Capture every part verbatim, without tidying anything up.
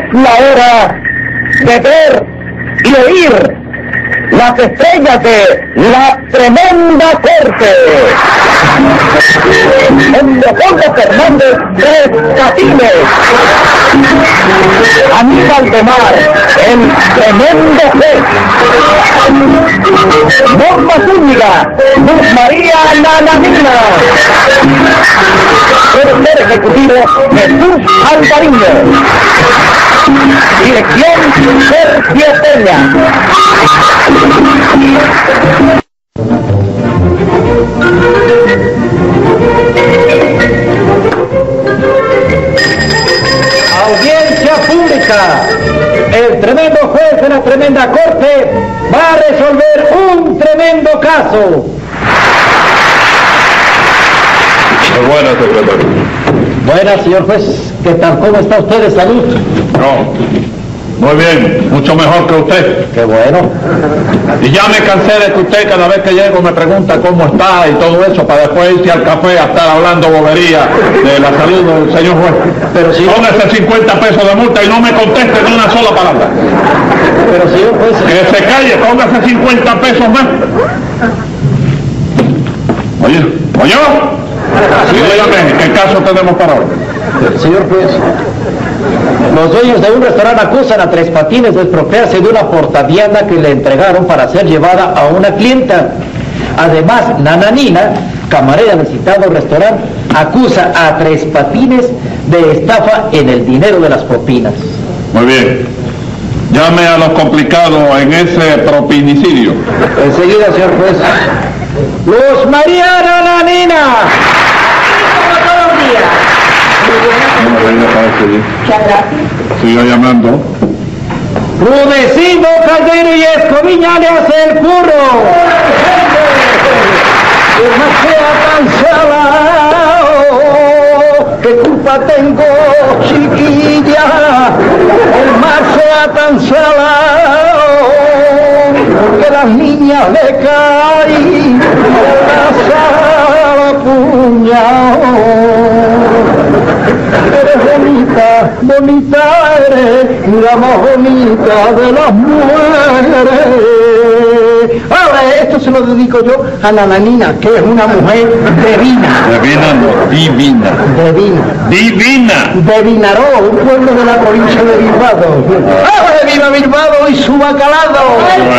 la hora de ver y oír las estrellas de la tremenda corte. En Leopoldo Fernández Tres Catines, Aníbal de Mar, el tremendo juez, Norma Zúñiga, Luz María Nananina, productor ejecutivo Jesús Alvariño, dirección Sergio Peña. Audiencia pública. El tremendo juez de la tremenda corte va a resolver un tremendo caso. Buenas, secretario. Buenas, señor juez. ¿Qué tal? ¿Cómo está usted de salud? No, muy bien, mucho mejor que usted. Qué bueno. Y ya me cansé de que usted cada vez que llego me pregunta cómo está y todo eso para después irse al café a estar hablando bobería de la salud del señor juez. Pero si... Póngase cincuenta pesos de multa y no me conteste ni una sola palabra. Pero señor juez... Que se calle, póngase cincuenta pesos más. Oye, oye, sí, dígame, ¿qué caso tenemos para hoy? Señor juez, los dueños de un restaurante acusan a Tres Patines de expropiarse de una portavianda que le entregaron para ser llevada a una clienta. Además, Nananina, camarera del citado restaurante, acusa a Tres Patines de estafa en el dinero de las propinas. Muy bien. Llame a los complicados en ese propinicidio. Enseguida, señor juez. Luz María Nananina. Muchas gracias. Siga llamando. Rudecindo Caldeiro y Escoviña le hace el curro. Que no sea tan salado, ¿qué culpa tengo, chiquilla? El mar sea tan salado, que las niñas le caen la puñao. Eres bonita, bonita eres, la más bonita de las mujeres. Ahora, esto se lo dedico yo a Nananina, que es una mujer divina. Divina no, divina. Divina. Divina. De Vinaró, un pueblo de la provincia de Bilbao. ¡Ah, viva Bilbao y su bacalado!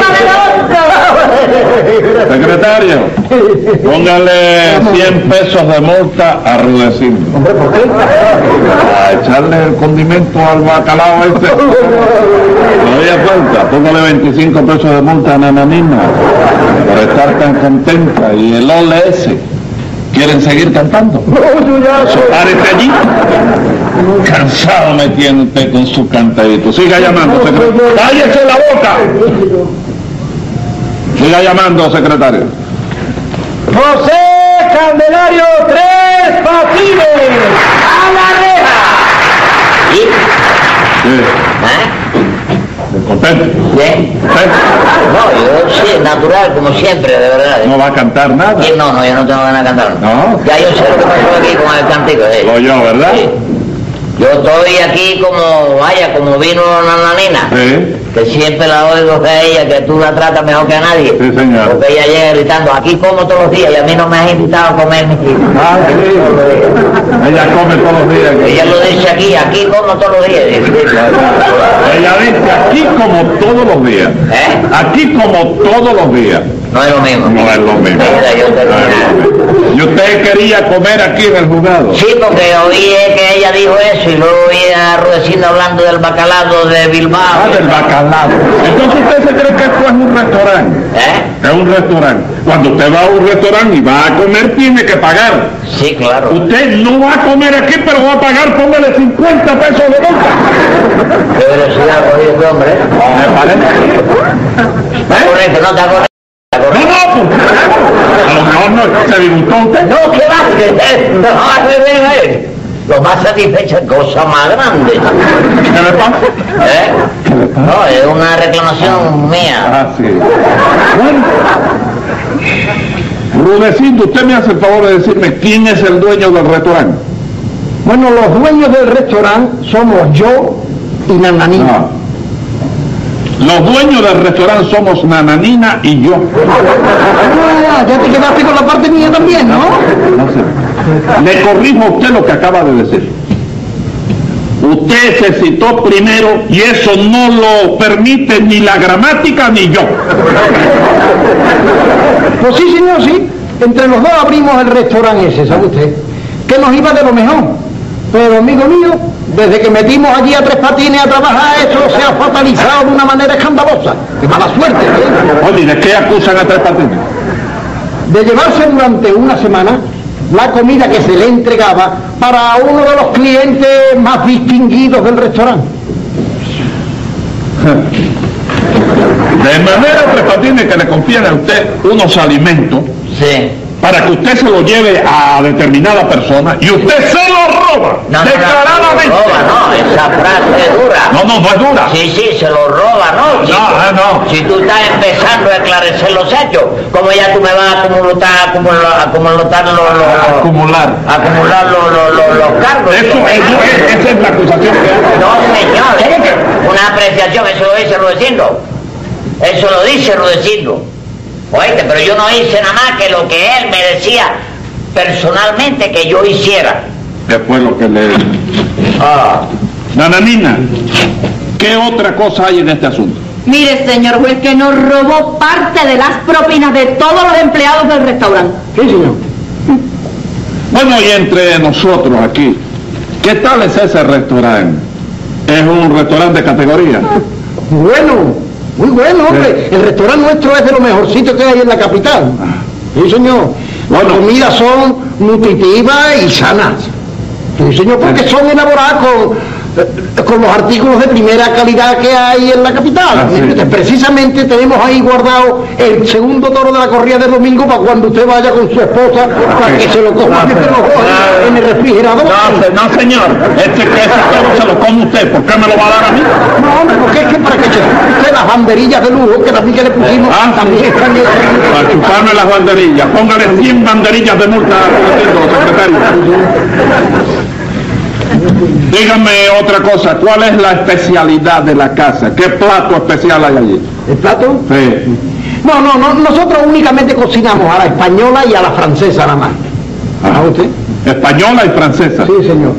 Secretario, póngale cien pesos de multa a Rudecindo. Hombre, ¿por qué? A echarle el condimento al bacalao ese. Todavía falta, póngale veinticinco pesos de multa a Nananina por estar tan contenta. Y el ole ese, ¿quieren seguir cantando? No, yo ya Eso, párese allí. Cansado me tiene usted con su cantadito. Siga llamando, secretario. ¡Cállese la boca! Siga llamando, secretario. José Candelario Tres Patines, a la reja. ¿Sí? Sí. ¿Ah? ¿Contento? ¿Bien? ¿Sí? No, yo sí, natural, como siempre, de verdad. ¿No va a cantar nada? Sí, no, no, yo no tengo ganas de cantar. ¿No? Ya yo sé lo que pasó aquí con el cantico. ¿Eh? Lo yo, ¿verdad? Sí. Yo estoy aquí como, vaya, como vino Nananina. Sí. Que siempre la oigo a ella, que tú la tratas mejor que a nadie. Sí, señor. Porque ella llega gritando, aquí como todos los días, y a mí no me has invitado a comer, mi chico. Ah, sí. Ella come todos los días. Ella lo dice aquí, aquí como todos los días. Ella dice aquí como todos los días. ¿Eh? Aquí como todos los días. No es lo mismo. No es lo mismo. Mira, yo te No es lo mismo. ¿Y usted quería comer aquí en el juzgado? Sí, porque oí eh, que ella dijo eso y luego oí a Rudecindo hablando del bacalao de Bilbao. Ah, del bacalao. Entonces usted se cree que esto es un restaurante. ¿Eh? Es un restaurante. Cuando usted va a un restaurante y va a comer, tiene que pagar. Sí, claro. Usted no va a comer aquí, pero va a pagar, póngale cincuenta pesos de multa. Qué velocidad ha cogido este hombre, ¿eh? ¿Me parece? Está correcto, no está correcto. No, no, pues, a lo mejor no se disgustó usted. No, ¿qué va? ¿Qué? No, a ver, lo más satisfecho es cosa más grande. ¿Qué le pasa? ¿Eh? No, es una reclamación mía. Ah, sí. Bueno. Rudecindo, usted me hace el favor de decirme quién es el dueño del restaurante. Bueno, los dueños del restaurante somos yo y Nananina. No. Los dueños del restaurante somos Nananina y yo. Ah, ya te quedaste con la parte mía también, ¿no? No sé. Le corrijo a usted lo que acaba de decir. Usted se citó primero y eso no lo permite ni la gramática ni yo. Pues sí, señor, sí. Entre los dos abrimos el restaurante ese, ¿sabe usted? Que nos iba de lo mejor. Pero, amigo mío, desde que metimos allí a Tres Patines a trabajar, eso se ha fatalizado de una manera escandalosa. ¡Qué mala suerte! ¿eh? Oye, ¿de qué acusan a Tres Patines? De llevarse durante una semana la comida que se le entregaba para uno de los clientes más distinguidos del restaurante. De manera, Tres Patines, que le confían a usted unos alimentos Sí. para que usted se lo lleve a determinada persona y usted se lo roba, No, no, declaradamente. no, se lo roba, no, esa frase es dura. No, no, no es dura. Sí, sí, se lo roba, ¿no? Si No, tú, ah, no. Si tú estás empezando a esclarecer los hechos, como ya tú me vas a acumular, acumular, acumular los, los, Acumular. acumular los, los, los, los cargos. Eso, eso es, esa es la acusación que hace. No, señor, es una apreciación, eso lo dice Rudecindo. Eso lo dice Rudecindo. Oíste, pero yo no hice nada más que lo que él me decía personalmente que yo hiciera. Después lo que le... Ah. Nananina, ¿qué otra cosa hay en este asunto? Mire, señor juez, que nos robó parte de las propinas de todos los empleados del restaurante. Sí, señor. Bueno, y entre nosotros aquí, ¿qué tal es ese restaurante? ¿Es un restaurante de categoría? Bueno. Muy bueno, hombre. El restaurante nuestro es de lo mejorcito que hay en la capital. Sí, señor. Las Bueno. comidas son nutritivas y sanas. Sí, señor, porque son elaboradas con, eh, con los artículos de primera calidad que hay en la capital. Ah, sí. Entonces, precisamente tenemos ahí guardado el segundo toro de la corrida de domingo para cuando usted vaya con su esposa para que se lo coma, que se lo coja en el refrigerador. No, se- no, señor, este que ese toro se lo come usted, ¿por qué me lo va a dar a mí? No, hombre, porque es que para que se usted las banderillas de lujo que también que le pusimos, Ah, sí. también están en- Para chuparme las banderillas, póngale cien banderillas de multa, secretario. Dígame otra cosa, ¿cuál es la especialidad de la casa? ¿Qué plato especial hay allí? ¿El plato? Sí. No, no, no, nosotros únicamente cocinamos a la española y a la francesa nada más. ¿A usted? Española y francesa. Sí, señor.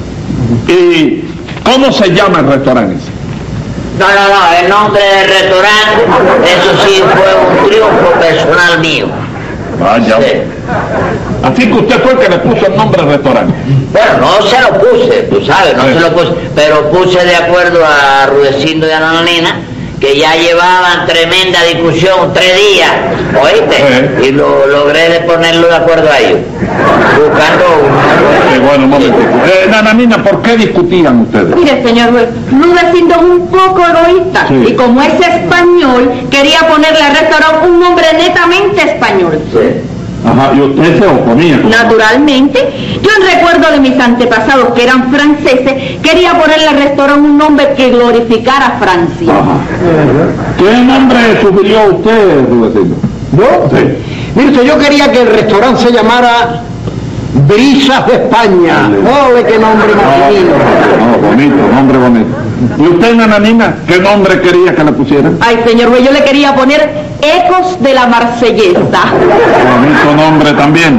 ¿Y cómo se llama el restaurante ese? No, no, no, el nombre del restaurante, eso sí fue un triunfo personal mío. Vaya. Sí. Así que usted fue el que le puso el nombre al restaurante. Bueno, no se lo puse, tú sabes, no Sí. se lo puse, pero puse de acuerdo a Rudecindo y a Nananina, que ya llevaban tremenda discusión, tres días, ¿oíste? Sí. Y lo logré de ponerlo de acuerdo a ellos, buscando Sí, bueno, un momento. Eh, Nananina, ¿por qué discutían ustedes? Mire, señor juez, Rudecindo es un poco egoísta. Sí. Y como es español, quería ponerle al restaurante un nombre netamente español. Ajá, y usted se oponía. Naturalmente, yo en recuerdo de mis antepasados que eran franceses, quería ponerle al restaurante un nombre que glorificara a Francia. Ajá. ¿Qué nombre sugirió usted, Rudecindo? ¿Yo? Sí. Mire usted, yo quería que el restaurante se llamara Brisas de España. ¡Ole, qué nombre más divino! No, bonito, nombre bonito. ¿Y usted, Nananina, qué nombre quería que le pusieran? Ay, señor juez, yo le quería poner Ecos de la Marsellesa. Bonito nombre también.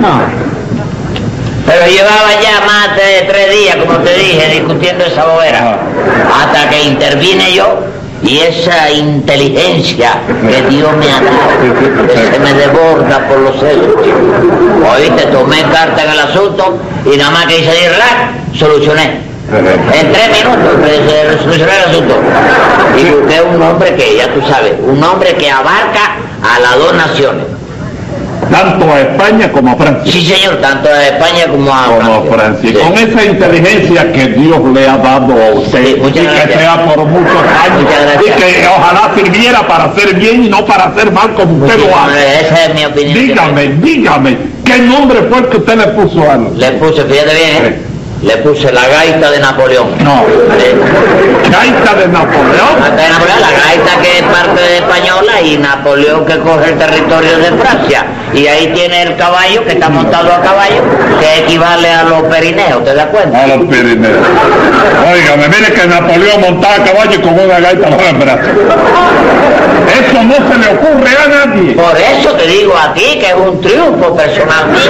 Pero llevaba ya más de tres días, como te dije, discutiendo esa bobera. Hasta que intervine yo y esa inteligencia que Dios me ha dado, que se me desborda por los sesos. Oíste, tomé carta en el asunto y nada más que hice de relax, solucioné. En tres minutos se solucioné el asunto. Y busqué un nombre que, ya tú sabes, un nombre que abarca a las dos naciones. Tanto a España como a Francia. Sí, señor, tanto a España como a Como a Francia. Y Sí. con esa inteligencia que Dios le ha dado a usted, Sí, muchas y que gracias. sea por muchos años, Muchas y gracias. que ojalá sirviera para hacer bien y no para hacer mal como usted Sí, lo hace. esa es mi opinión. Dígame, dígame, ¿qué nombre fue el que usted le puso a los? Le puse, fíjate bien, ¿eh? Le puse la gaita de Napoleón. No. Sí. Gaita de Napoleón. La gaita de Napoleón, la gaita que es parte de española y Napoleón que coge el territorio de Francia. Y ahí tiene el caballo que está montado a caballo, que equivale a los perineos, ¿te das cuenta? A los Pirineos. Óigame, Óigame, mire que Napoleón montaba a caballo y con una gaita bajo el brazo. Eso no se le ocurre a nadie. Por eso te digo a ti que es un triunfo personal mío.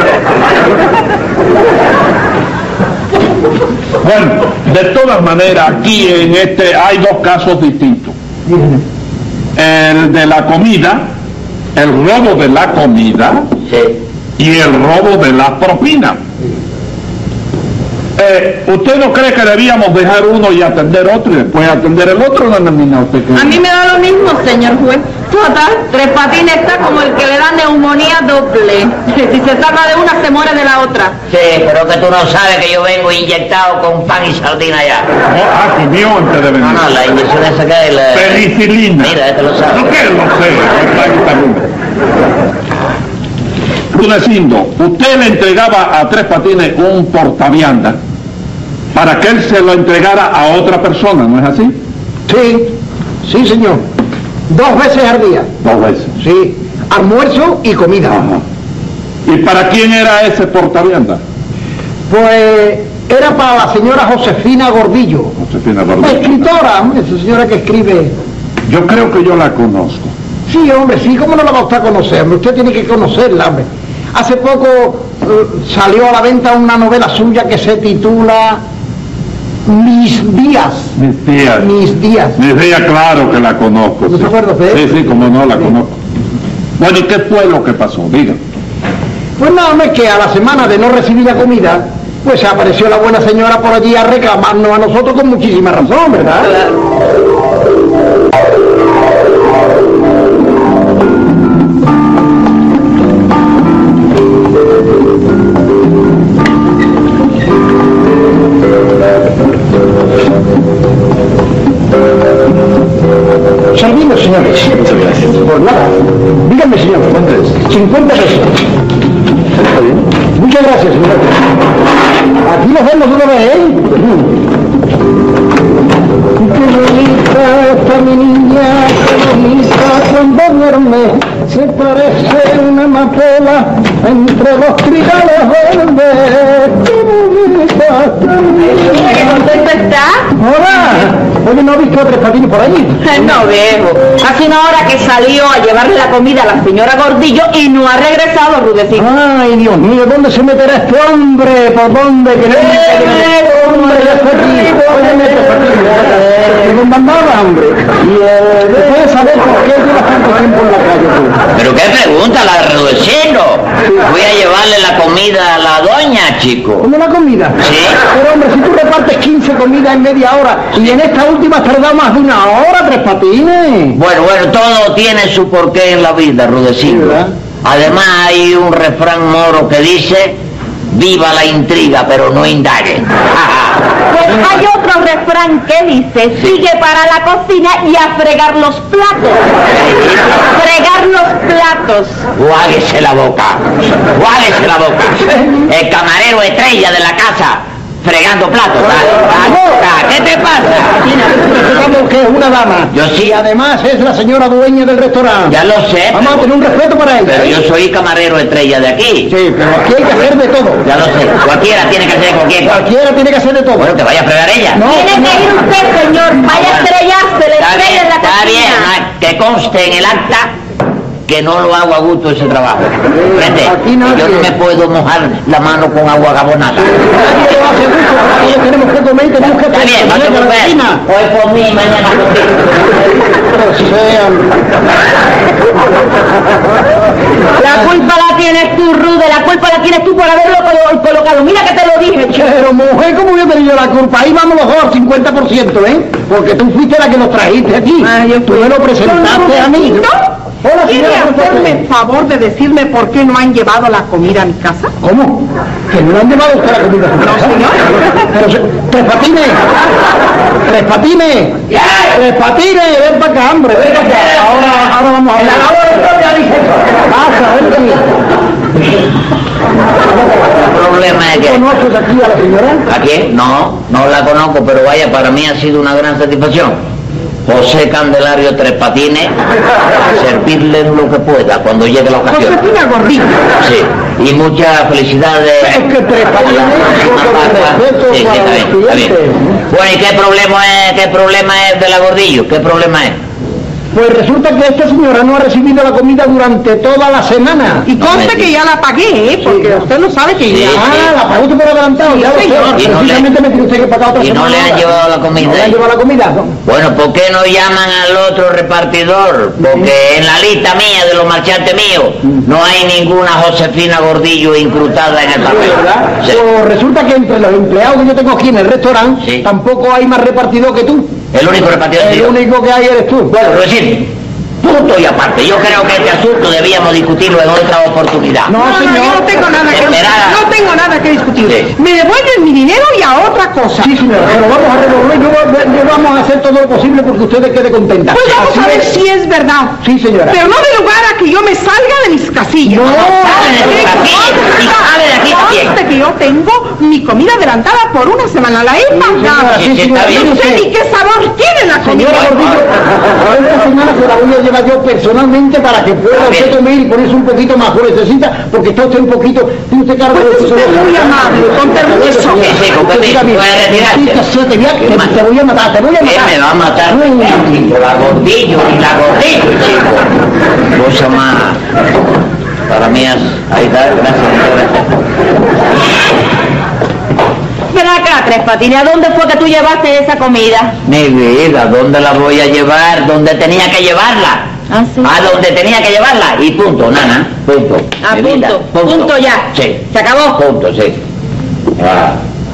Bueno, de todas maneras, aquí en este hay dos casos distintos. El de la comida, el robo de la comida Sí. y el robo de la propina. Eh, ¿Usted no cree que debíamos dejar uno y atender otro y después atender el otro, Nananina? ¿Usted cree? A mí me da lo mismo, señor juez. Total, Tres Patines está como el que le da neumonía doble. Si se salva de una, se muere de la otra. Sí, pero que tú no sabes que yo vengo inyectado con pan y sardina ya. Oh, ah, comió antes de venir. No, no, la inyección esa que es la... Penicilina. Mira, este lo sabe. ¿No que lo sé? Rudecindo, usted le entregaba a Tres Patines un portavianda para que él se lo entregara a otra persona, ¿no es así? Sí, sí, señor. Dos veces al día. Dos veces. Sí, almuerzo y comida. Ajá. ¿Y para quién era ese portavianda? Pues era para la señora Josefina Gordillo. Josefina La Gordillo. escritora, hombre, esa señora que escribe. Yo creo que yo la conozco. Sí, hombre, sí, ¿cómo no la va usted a conocer? Hombre, usted tiene que conocerla, hombre. Hace poco eh, salió a la venta una novela suya que se titula Mis días. Mis días. Mis días. Mis días, claro que la conozco. ¿No sí. te acuerdas de él? Sí, sí, como no, la Sí. conozco. Bueno, ¿y qué fue lo que pasó? Diga. Pues nada más que a la semana de no recibir la comida, pues apareció la buena señora por allí a reclamarnos a nosotros con muchísima razón, ¿verdad? Servimos, señores. Muchas gracias. Pues nada, díganme, señor. ¿Cuánto es? cincuenta pesos. Está bien. Muchas gracias, señor. Aquí nos vemos una vez, ¿eh? Qué bonita está mi niña, qué bonita cuando duerme, se parece una amapola entre los trigales verdes. Qué bonita está mi niña. ¿Qué contento está? Hola. Oye, ¿no ha visto a Tres Patines por allí? No, viejo. Hace una hora que salió a llevarle la comida a la señora Gordillo y no ha regresado, Rudecindo. Ay, Dios mío, ¿dónde se meterá este hombre? ¿Por dónde? Que no me hombre, ya está aquí. Óyeme, Tres Patines. ¿Dónde andaba, hombre? Y eh, ¿puedes saber por qué lleva tanto tiempo en la calle, tú? ¿Pero qué pregunta, la de Rudecindo? Voy a llevarle la comida a la doña, chico. ¿Cómo la comida? Sí. Pero, hombre, si tú repartes quince comidas en media hora y en esta última has tardado más de una hora, Tres Patines. Bueno, bueno, todo tiene su porqué en la vida, Rudecindo. Sí, ¿verdad? Además hay un refrán moro que dice, viva la intriga, pero no indague. Pues hay otro refrán que dice, sigue para la cocina y a fregar los platos. Fregar los platos. Guáguese la boca, guáguese la boca. El camarero estrella de la casa, fregando platos. ¿Ah? ¿Ah? ¿Qué te pasa? Digamos que es una dama. Yo sí. Y además es la señora dueña del restaurante. Ya lo sé. Vamos a pero- tener un respeto para ella. Pero ¿eh? yo soy camarero estrella de aquí. Sí, pero aquí hay que hacer de todo. Ya lo sé. Cualquiera tiene que hacer cualquier cosa. Cualquiera tiene que hacer de todo. Bueno, que vaya a fregar ella. No, Tiene que ir usted, señor. Vaya a estrellarse, le Está estrella bien, en la está cocina. bien. ah, Que conste en el acta que no lo hago a gusto ese trabajo. Frente, aquí nadie. yo no me puedo mojar la mano con agua gabonada. Nadie lo hace mucho, porque todos tenemos que comer y tenemos que Está bien, no te en la preocupes. cocina. Hoy por mí, mañana por ti. O sea, La culpa la tienes tú, Rude, la culpa la tienes tú por haberlo colo- colocado. Mira que te lo dije, chico. pero mujer, ¿cómo yo he tenido la culpa? Ahí vamos los dos al cincuenta por ciento, ¿eh? Porque tú fuiste la que nos trajiste aquí. Ah, yo Tú me lo presentaste a mí. Hola, ¿Quiere señora. hacerme el favor de decirme por qué no han llevado la comida a mi casa? ¿Cómo? ¿Que no le han llevado usted la comida a su casa? señor. Pero se... ¡Tres Patines! ¡Tres Patines! ¡Tres Patines! ¡Ven para acá, hombre! ¡Ven para acá! Ahora, ahora vamos a hablar. Pasa, ven aquí. El problema es que... ¿Conoces aquí a la señora? ¿A quién? No, no la conozco, pero vaya, para mí ha sido una gran satisfacción. José Candelario Tres Patines, a servirle en lo que pueda cuando llegue la ocasión. Josefina Gordillo. Sí, y muchas felicidades. Es que Tres Patines, Sí, sí, está bien, está bien. Bueno, ¿y qué problema es, qué problema es de la Gordillo? ¿Qué problema es? Pues resulta que esta señora no ha recibido la comida durante toda la semana. Y conste me que ya la pagué, ¿eh? Porque usted no sabe que Sí, ya... sí. Ah, la pagó usted por adelantado, Sí, ya lo sé. señor. Y no Precisamente le- me tiene usted que pagar otra Y no semana le han ahora. llevado la ¿No comida. le han ¿eh? llevado la comida? No. Bueno, ¿por qué no llaman al otro repartidor? Porque en la lista mía de los marchantes míos no hay ninguna Josefina Gordillo incrustada en el papel. ¿Verdad? Sí. Pues resulta que entre los empleados que yo tengo aquí en el restaurante, Sí. tampoco hay más repartidor que tú. El único repartidor El tío. único que hay eres tú. Bueno, Rudecindo, punto y aparte. Yo creo que este asunto debíamos discutirlo en otra oportunidad. No, No, no, señor. yo no tengo nada que Esperada. discutir. No tengo nada que discutir. Sí. Me devuelven mi dinero y a otra cosa. Sí, señora, pero vamos a revolver, yo, yo vamos a hacer todo lo posible porque ustedes queden contentas. Pues vamos Así a ver es. si es verdad. Sí, señora. Pero no de lugar a que yo me salga de mis casillas. No, sale de tus casillas, y sale de aquí también. Conste que yo tengo mi comida adelantada por una semana. La he pagado. Sí, sí, está Y bien. no sé ni qué sabor tiene la comida. Señora Gordillo, a esta semana se la voy a llevar yo personalmente para que pueda Está usted bien. comer y ponerse un poquito más. Lo necesita porque está usted un poquito... Tiene usted cargo Pues de es usted muy amable, con permiso. Sí, sí, con permiso, puede retirarse. Sí, que se te voy a- ¿Qué más? te voy a matar, te voy a ¿Qué matar. me va a matar? Chico, la Gordillo y la Gordillo, chico. Cosa más... Para mí es... Ahí está, gracias, gracias. Ven acá, Tres Patines, ¿a dónde fue que tú llevaste esa comida? Mi vida, ¿dónde la voy a llevar? ¿Dónde tenía que llevarla? Ah, sí. A donde tenía que llevarla. Y punto, nana. Punto. Ah, Mi vida, punto. Punto ya. Sí. ¿Se acabó? Punto, sí. Ah.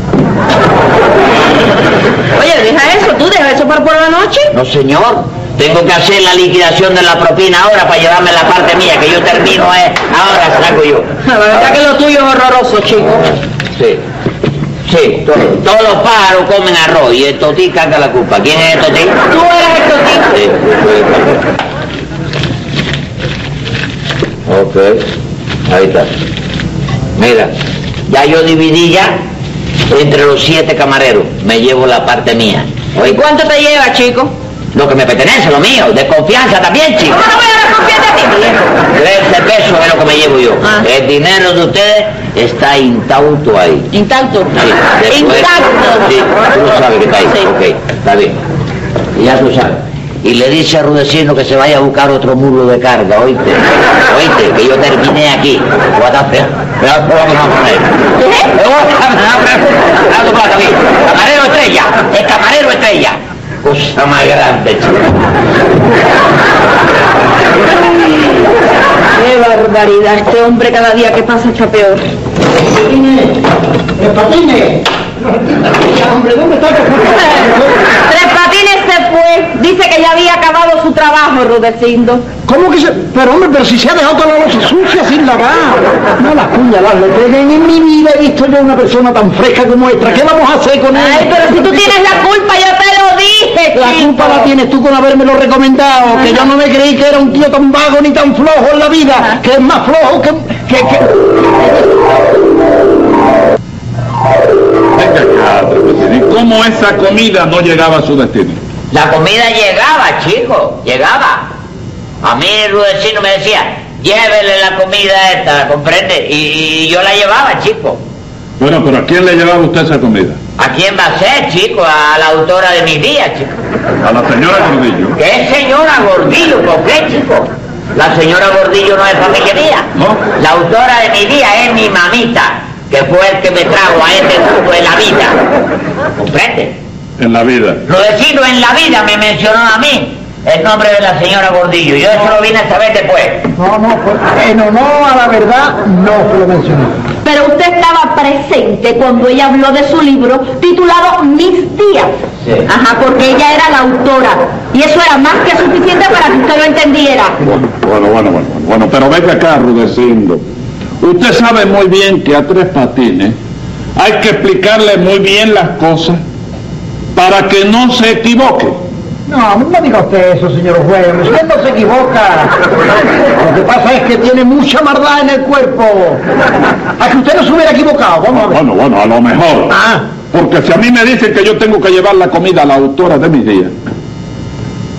Oye, deja eso, tú deja eso para por la noche. No, señor. Tengo que hacer la liquidación de la propina ahora para llevarme la parte mía, que yo termino eh, ahora saco yo. La verdad que lo tuyo es horroroso, chico. Sí. Sí, to- todos los pájaros comen arroz y el totí carga la culpa. ¿Quién es el totí? Tú eres el totí. Sí. Ok, ahí está. Mira, ya yo dividí ya entre los siete camareros. Me llevo la parte mía. ¿Y Oye, cuánto te lleva, chico? lo que me pertenece, lo mío, de confianza también, chico. ¿Cómo no voy a desconfiar de ti, viejo? trece pesos es lo que me llevo yo. Ah. El dinero de ustedes está intauto ahí. Intacto. Sí, después- Intacto. Sí, tú lo sabes que está ahí. Sí. Ok, está bien. Y ya tú sabes. Y le dice a Rudecindo que se vaya a buscar otro mulo de carga, oíste. Oíste, que yo terminé aquí. Guata fea. Vea todo lo que vamos a poner. ¿Qué? Dame tu plata a mí. Camarero estrella. Es camarero estrella. Cosa más grande, chico. Qué barbaridad, este hombre cada día que pasa está peor. Patines, eh, Patines. Hombre, ¿dónde está tu Tres Patines se fue. Dice que ya había acabado su trabajo, Rudecindo. ¿Cómo que se...? Pero hombre, pero si se ha dejado toda la losa sucia sin lavar. No las puñalas le peguen. En mi vida he visto yo una persona tan fresca como esta. ¿Qué vamos a hacer con él? Ay, pero si tú tienes la culpa, yo te lo dije, La chico. culpa la tienes tú con habérmelo recomendado, que yo no me creí que era un tío tan vago ni tan flojo en la vida, que es más flojo que... que, que... Venga acá, Tres Patines. ¿Y cómo esa comida no llegaba a su destino? La comida llegaba, chico, llegaba. A mí Rudecindo me decía, llévele la comida esta, ¿comprende? Y, y yo la llevaba, chico. Bueno, pero ¿a quién le llevaba usted esa comida? ¿A quién va a ser, chico? A la autora de mis días, chico. A la señora Gordillo. ¿Qué señora Gordillo? ¿Por qué, chico? La señora Gordillo no es familia mía. ¿No? La autora de mi día es mi mamita, que fue el que me trajo a este mundo en la vida. ¿Comprende? En la vida. Rudecindo en la vida me mencionó a mí el nombre de la señora Gordillo. Yo eso lo vine a saber después. No, no, pues, en honor a la verdad, no se lo mencioné. Pero usted estaba presente cuando ella habló de su libro titulado Mis días. Sí. Ajá, porque ella era la autora. Y eso era más que suficiente para que usted lo entendiera. Bueno, bueno, bueno, bueno, bueno, pero venga acá, Rudecindo. Usted sabe muy bien que a Tres Patines hay que explicarle muy bien las cosas para que no se equivoque. No, no diga usted eso, señor juez. Usted no se equivoca. Lo que pasa es que tiene mucha maldad en el cuerpo. A que usted no se hubiera equivocado. Vamos a ver. Bueno, bueno, a lo mejor. Ah, Porque si a mí me dicen que yo tengo que llevar la comida a la autora de mis días,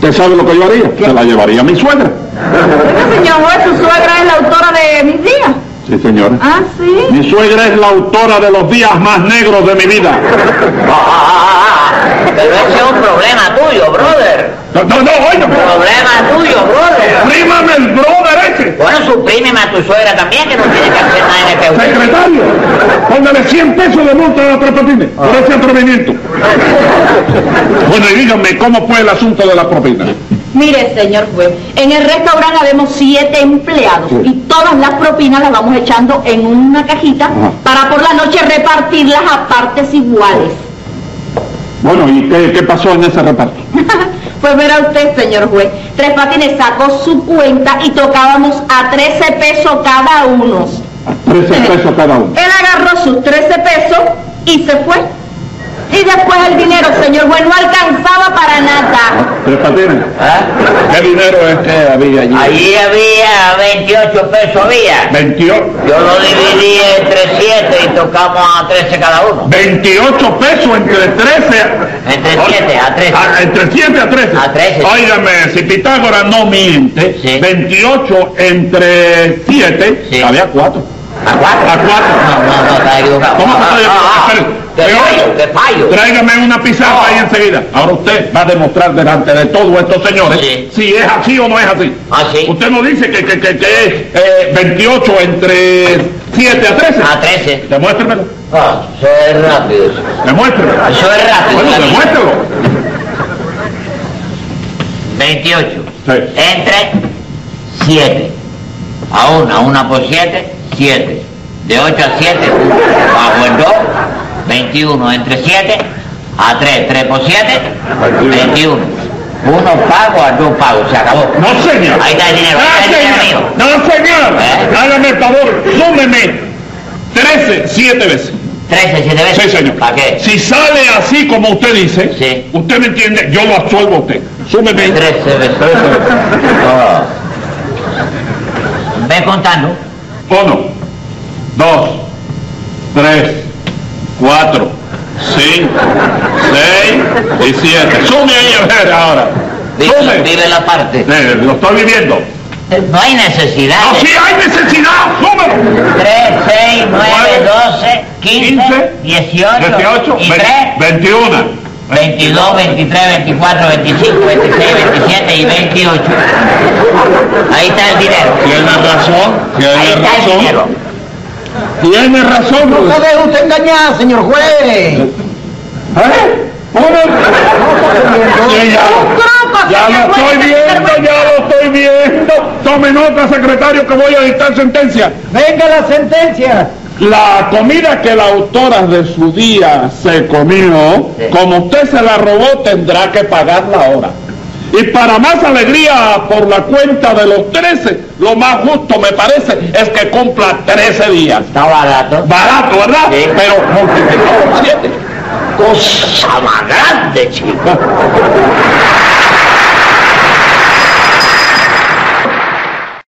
¿Usted sabe lo que yo haría? Se la llevaría a mi suegra. Oiga, señor juez, su suegra es la autora de mis días. Sí, señora. Ah, sí. Mi suegra es la autora de los días más negros de mi vida. Ah, ah, ah, ah. Pero ese es un problema tuyo, brother. No, no, no, oiga. Problema tuyo, brother. Prímame el brother ese. Bueno, suprímeme a tu suegra también, que no tiene que hacer nada en este juicio. Secretario, póngale cien pesos de multa a la Tres Patines por ese atrevimiento. Bueno, y díganme, ¿cómo fue el asunto de la propina? Mire, señor juez, en el restaurante habemos siete empleados Sí. y todas las propinas las vamos echando en una cajita Ajá. para por la noche repartirlas a partes iguales. Bueno, ¿y qué, qué pasó en ese reparto? Pues verá usted, señor juez, Tres Patines sacó su cuenta y tocábamos a trece pesos cada uno. A trece pesos cada uno. Él agarró sus trece pesos y se fue. Y después el dinero, señor juez, no alcanzaba para nada. Tres Patines, ¿Ah? ¿qué dinero es que había allí? Allí había veintiocho pesos había. veintiocho. Yo lo dividí entre siete y tocamos a trece cada uno. veintiocho pesos entre trece. Entre siete a trece. Ah, entre siete a trece. A trece. Óigame, si Pitágoras no miente, Sí. veintiocho entre siete, Sí. había cuatro. ¿A cuatro? A cuatro. No, no, no, está equivocado. ¿Cómo Ah, que está ah, ah, equivocado? Te Espere. fallo, te fallo. Tráigame una pizarra No. ahí enseguida. Ahora usted va a demostrar delante de todos estos señores Sí. si es así o no es así. Ah, sí. Usted no dice que, que, que, que es eh, veintiocho entre siete a trece. A trece. Demuéstremelo. Ah, eso es rápido. Eso, Demuéstremelo. Eso es rápido. Bueno, amigo. demuéstrelo. veintiocho. Sí. Entre siete. A una, una por siete, siete. De ocho a siete, bajo el dos, veintiuno. Entre siete, a tres, tres por siete, veintiuno. Uno pago a dos pagos, se acabó. No, señor. Ahí está el dinero, Ah, ahí está el dinero señor. mío. No, señor. ¿Eh? Hágame el favor, súmeme trece, siete veces. trece, siete veces. Sí, señor. ¿Para qué? Si sale así como usted dice, Sí. usted me entiende, yo lo absuelvo a usted. Súmeme trece veces. trece veces. Oh. Ve contando. Uno, dos, tres, cuatro, cinco, seis y siete. Sume ahí a ver ahora. Vive, Sume. vive la parte. Eh, lo estoy viviendo. No hay necesidad. ¡No, de- sí hay necesidad! ¡Súmelo! tres, seis, nueve, Nueve, doce, quince, quince, dieciocho, dieciocho, y ve- tres, veintiuno. veintidós, veintitrés, veinticuatro, veinticinco, veintiséis, veintisiete y veintiocho. Ahí está el dinero. Tiene razón, Ahí tiene está el razón. dinero. Tiene razón. No Luis. se deje usted engañar, señor juez. ¿Eh? ¿Cómo? Sí, ya, truco, ya señor lo juez, estoy ese viendo, sinvergüenza. ya lo estoy viendo. Tome nota, secretario, que voy a dictar sentencia. Venga la sentencia. La comida que la autora de su día se comió, Sí. como usted se la robó, tendrá que pagarla ahora. Y para más alegría por la cuenta de los trece, lo más justo me parece es que cumpla trece días. Está barato. Barato, ¿verdad? Sí. Pero multiplicado por siete. Cosa más grande, chico.